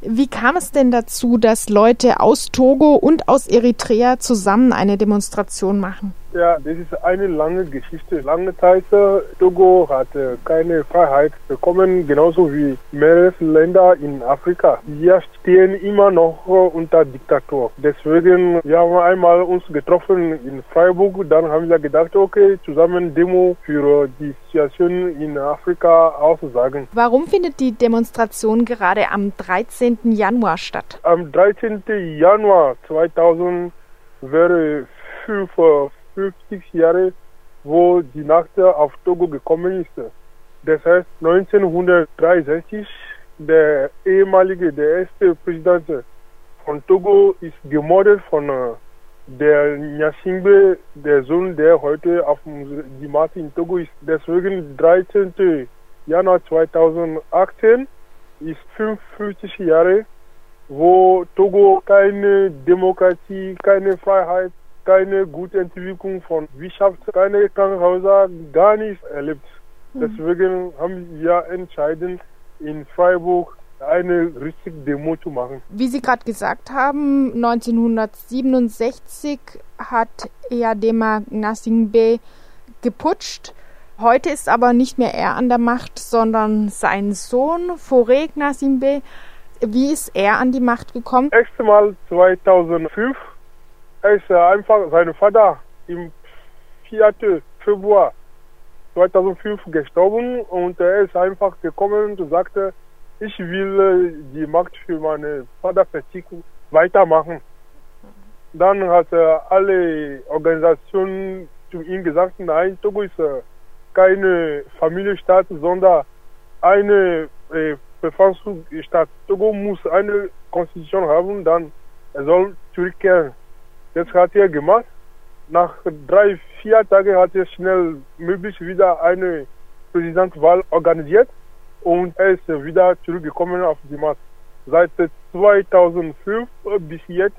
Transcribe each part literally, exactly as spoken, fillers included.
Wie kam es denn dazu, dass Leute aus Togo und aus Eritrea zusammen eine Demonstration machen? Ja, das ist eine lange Geschichte. Lange Zeit, Togo hat keine Freiheit bekommen, genauso wie mehrere Länder in Afrika. Wir stehen immer noch unter Diktatur. Deswegen, wir haben einmal uns getroffen in Freiburg, dann haben wir gedacht, okay, zusammen Demo für die Situation in Afrika aussagen. Warum findet die Demonstration gerade am dreizehnten Januar statt? Am dreizehnten Januar zweitausend wäre fünf fünfzig Jahre, wo die Nacht auf Togo gekommen ist. Das heißt, neunzehnhundertdreiundsechzig, der ehemalige, der erste Präsident von Togo ist gemordet von der Gnassingbé, der Sohn, der heute auf die Macht in Togo ist. Deswegen dreizehnten Januar zweitausendachtzehn ist fünfundfünfzig Jahre, wo Togo keine Demokratie, keine Freiheit, keine gute Entwicklung von Wirtschaft, keine Krankenhäuser, gar nichts erlebt. Deswegen haben wir entschieden, in Freiburg eine richtige Demo zu machen. Wie Sie gerade gesagt haben, neunzehnhundertsiebenundsechzig hat Eyadema Gnassingbé geputscht. Heute ist aber nicht mehr er an der Macht, sondern sein Sohn Faure Gnassingbé. Wie ist er an die Macht gekommen? Erste Mal zweitausendfünf. Er ist einfach sein Vater im vierten Februar zweitausendfünf gestorben und er ist einfach gekommen und sagte, ich will die Macht für meine Vaterpolitik weitermachen. Dann hat alle Organisationen zu ihm gesagt, nein, Togo ist keine Familienstaat, sondern eine äh, Verfassungsstaat. Togo muss eine Konstitution haben, dann er soll zurückkehren. Das hat er gemacht. Nach drei, vier Tagen hat er schnell möglich wieder eine Präsidentenwahl organisiert und er ist wieder zurückgekommen auf die Macht. Seit zweitausendfünf bis jetzt,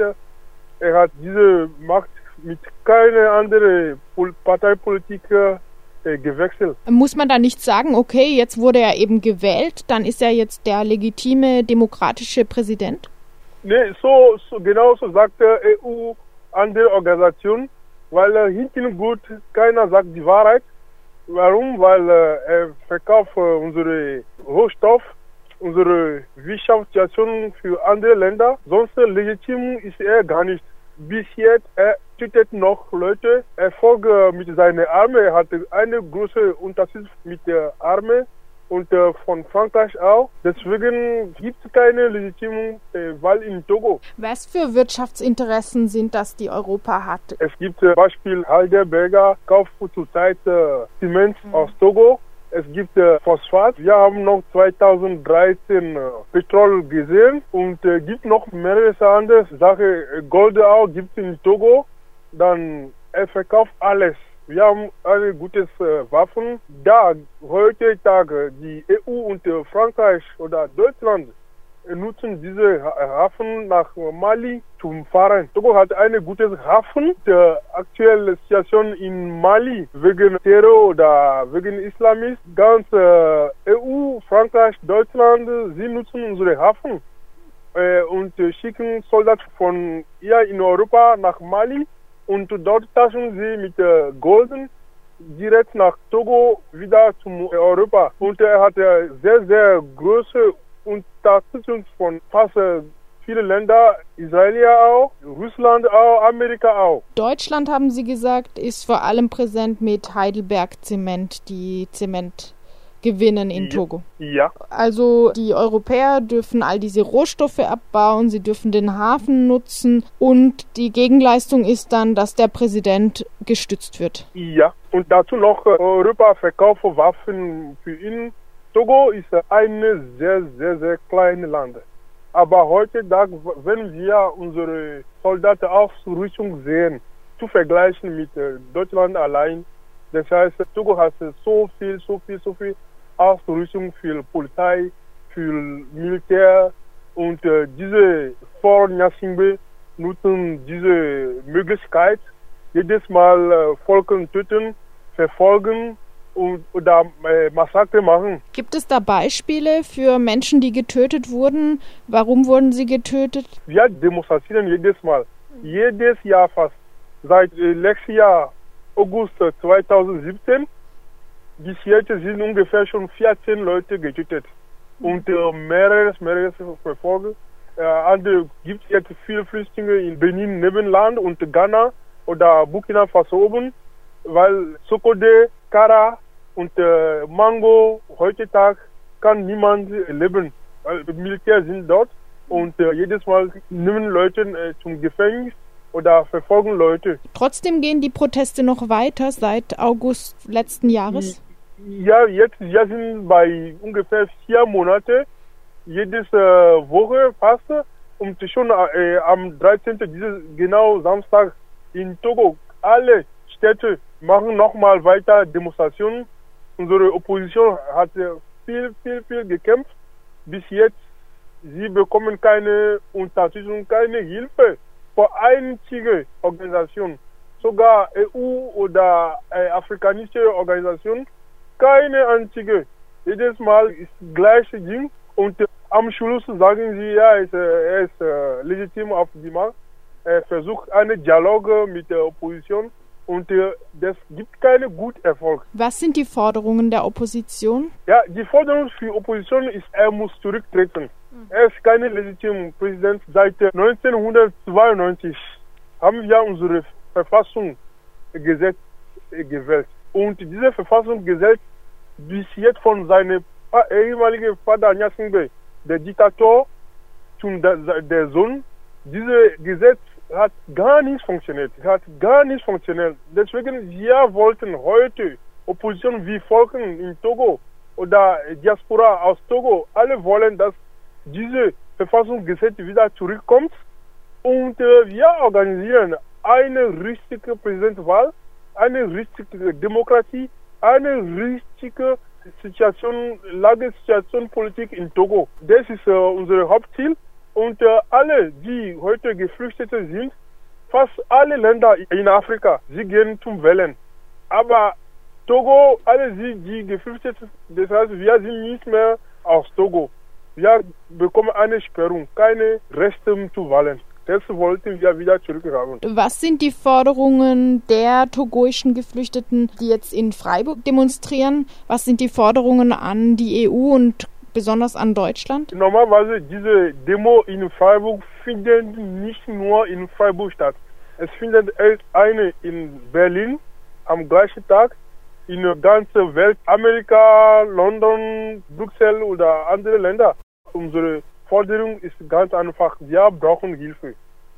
er hat diese Macht mit keiner anderen Parteipolitik äh, gewechselt. Muss man da nicht sagen, okay, jetzt wurde er eben gewählt, dann ist er jetzt der legitime demokratische Präsident? Nee, so, so genau so sagt der E U, andere Organisation, weil äh, hinten gut keiner sagt die Wahrheit. Warum? Weil äh, er verkauft äh, unsere Rohstoff, unsere Wirtschaftssituation für andere Länder. Sonst äh, legitim ist er gar nicht. Bis jetzt er tötet noch Leute. Er folgt äh, mit seiner Armee. Er hat einen großen Unterschied mit der Armee und äh, von Frankreich auch. Deswegen gibt es keine legitime äh, Wahl in Togo. Was für Wirtschaftsinteressen sind das, die Europa hat? Es gibt äh, Beispiel Heidelberger, kauft zurzeit äh, Zement mhm. aus Togo. Es gibt äh, Phosphat. Wir haben noch zweitausenddreizehn äh, Petrol gesehen und es äh, gibt noch mehrere andere Sachen. Gold auch gibt es in Togo. Dann er verkauft alles. Wir haben eine gute äh, Waffen. Da heute Tage die E U und äh, Frankreich oder Deutschland äh, nutzen diese Hafen nach Mali zum Fahren. Togo hat eine gute Hafen. Die aktuelle Situation in Mali wegen Terror oder wegen Islamist, ganz äh, E U, Frankreich, Deutschland, sie nutzen unsere Hafen äh, und äh, schicken Soldaten von hier in Europa nach Mali. Und dort tauschen sie mit äh, Golden direkt nach Togo wieder zum äh, Europa. Und er hat äh, sehr, sehr große Unterstützung von fast äh, vielen Ländern, Israel auch, Russland auch, Amerika auch. Deutschland, haben Sie gesagt, ist vor allem präsent mit Heidelberg Zement, die Zement gewinnen in ja. Togo. Ja. Also die Europäer dürfen all diese Rohstoffe abbauen, sie dürfen den Hafen nutzen und die Gegenleistung ist dann, dass der Präsident gestützt wird. Ja, und dazu noch Europa verkauft Waffen für ihn. Togo ist ein sehr, sehr, sehr kleines Land. Aber heutzutage, wenn wir unsere Soldaten Ausrüstung sehen, zu vergleichen mit Deutschland allein, das heißt, Togo hat so viel, so viel, so viel Ausrüstung für Polizei, für Militär und äh, diese Faure Gnassingbé nutzen diese Möglichkeit, jedes Mal äh, Volken töten, verfolgen und, oder äh, Massaker machen. Gibt es da Beispiele für Menschen, die getötet wurden? Warum wurden sie getötet? Wir demonstrieren jedes Mal, jedes Jahr fast. Seit äh, letztes Jahr, August zweitausendsiebzehn, bis jetzt sind ungefähr schon vierzehn Leute getötet. Und äh, mehrere, mehrere verfolgt. Äh, gibt es jetzt viele Flüchtlinge in Benin, Nebenland und Ghana oder Burkina Faso oben, weil Sokode, Kara und äh, Mango heutzutage kann niemand leben, weil die Militär sind dort und äh, jedes Mal nehmen Leute äh, zum Gefängnis oder verfolgen Leute. Trotzdem gehen die Proteste noch weiter seit August letzten Jahres? Ja, jetzt wir sind bei ungefähr vier Monaten, jede äh, Woche fast, und schon äh, am dreizehnten dieses genau Samstag in Togo, alle Städte machen nochmal weiter Demonstrationen. Unsere Opposition hat viel, viel, viel gekämpft. Bis jetzt, sie bekommen keine Unterstützung, keine Hilfe von einziger Organisation. Sogar E U oder äh, afrikanische Organisation, keine einzige. Jedes Mal ist das gleiche Ding. Und äh, am Schluss sagen sie, ja, er ist, äh, er ist äh, legitim auf die Macht. Er versucht einen Dialog mit der Opposition. Und äh, das gibt keinen guten Erfolg. Was sind die Forderungen der Opposition? Ja, die Forderung für die Opposition ist, er muss zurücktreten. Mhm. Er ist kein legitimer Präsident. Seit äh, neunzehnhundertzweiundneunzig haben wir unsere Verfassungsgesetz äh, gewählt. Und diese Verfassungsgesetz bis jetzt von seinem ehemaligen Vater Nyasingbe, der Diktator, zum der, der Sohn, dieses Gesetz hat gar nicht funktioniert, hat gar nicht funktioniert. Deswegen, wir wollten heute, Opposition wie Volken in Togo oder Diaspora aus Togo, alle wollen, dass diese Verfassungsgesetz wieder zurückkommt und äh, wir organisieren eine richtige Präsidentenwahl, eine richtige Demokratie, eine richtige Situation, Lagesituation Politik in Togo. Das ist äh, unser Hauptziel. Und äh, alle, die heute Geflüchtete sind, fast alle Länder in Afrika, sie gehen zum Wählen. Aber Togo, alle die, die Geflüchteten, das heißt, wir sind nicht mehr aus Togo. Wir bekommen eine Sperrung, keine Rechte zu wählen. Das wollten wir wieder zurückhaben. Was sind die Forderungen der togoischen Geflüchteten, die jetzt in Freiburg demonstrieren? Was sind die Forderungen an die E U und besonders an Deutschland? Normalerweise diese Demo in Freiburg findet nicht nur in Freiburg statt. Es findet eine in Berlin am gleichen Tag, in der ganzen Welt, Amerika, London, Brüssel oder andere Länder. Unsere Forderung ist ganz einfach, wir brauchen Hilfe.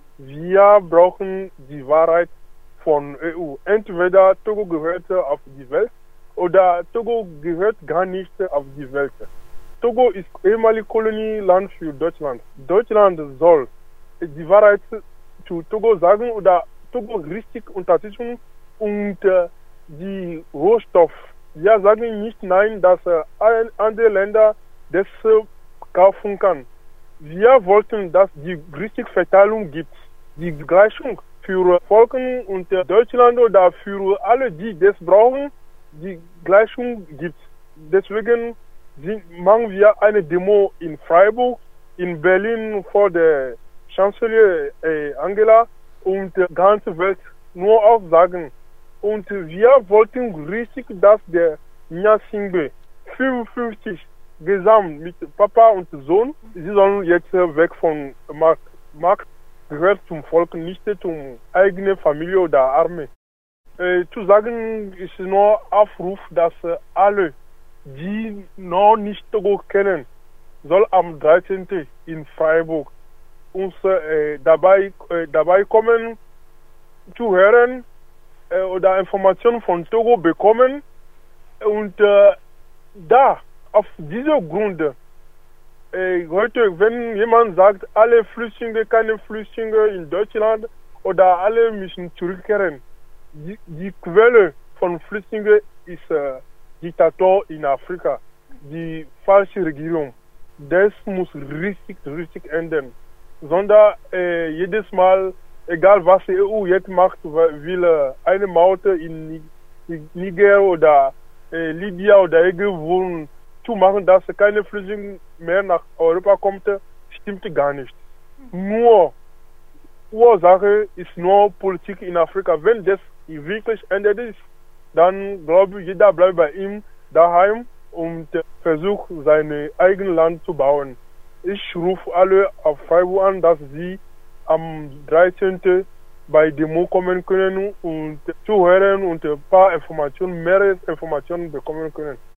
Wir brauchen die Wahrheit von E U. Entweder Togo gehört auf die Welt oder Togo gehört gar nicht auf die Welt. Togo ist ehemalige Kolonieland für Deutschland. Deutschland soll die Wahrheit zu Togo sagen oder Togo richtig unterstützen und äh, die Rohstoff. Wir sagen nicht nein, dass äh, andere Länder das äh, kaufen kann. Wir wollten, dass die richtige Verteilung gibt, die Gleichung für Volken und äh, Deutschland oder für alle, die das brauchen, die Gleichung gibt. Deswegen machen wir eine Demo in Freiburg, in Berlin vor der Chancellerin äh, Angela und die ganze Welt nur aufsagen. Und wir wollten richtig, dass der Nyasingbe fünfundfünfzig gesamt mit Papa und Sohn, sie sollen jetzt weg vom Markt. Markt gehört zum Volk, nicht zum eigenen Familie oder Armee. Äh, zu sagen ist nur Aufruf, dass äh, alle, die noch nicht Togo kennen, soll am dreizehnten in Freiburg uns äh, dabei, äh, dabei kommen, zu hören äh, oder Informationen von Togo bekommen. Und äh, da, auf diesem Grund, äh, heute, wenn jemand sagt, alle Flüchtlinge, keine Flüchtlinge in Deutschland oder alle müssen zurückkehren, die, die Quelle von Flüchtlingen ist äh, Diktator in Afrika, die falsche Regierung. Das muss richtig, richtig ändern. Sondern äh, jedes Mal, egal was die E U jetzt macht, will äh, eine Maut in Niger oder äh, Libyen oder irgendwo zu machen, dass keine Flüchtlinge mehr nach Europa kommt, stimmt gar nicht. Nur Ursache ist nur Politik in Afrika. Wenn das wirklich endet ist, dann glaube ich, jeder bleibt bei ihm daheim und versucht, sein eigenes Land zu bauen. Ich rufe alle auf Freiburg an, dass sie am dreizehnten bei Demo kommen können und zuhören und ein paar Informationen, mehr Informationen bekommen können.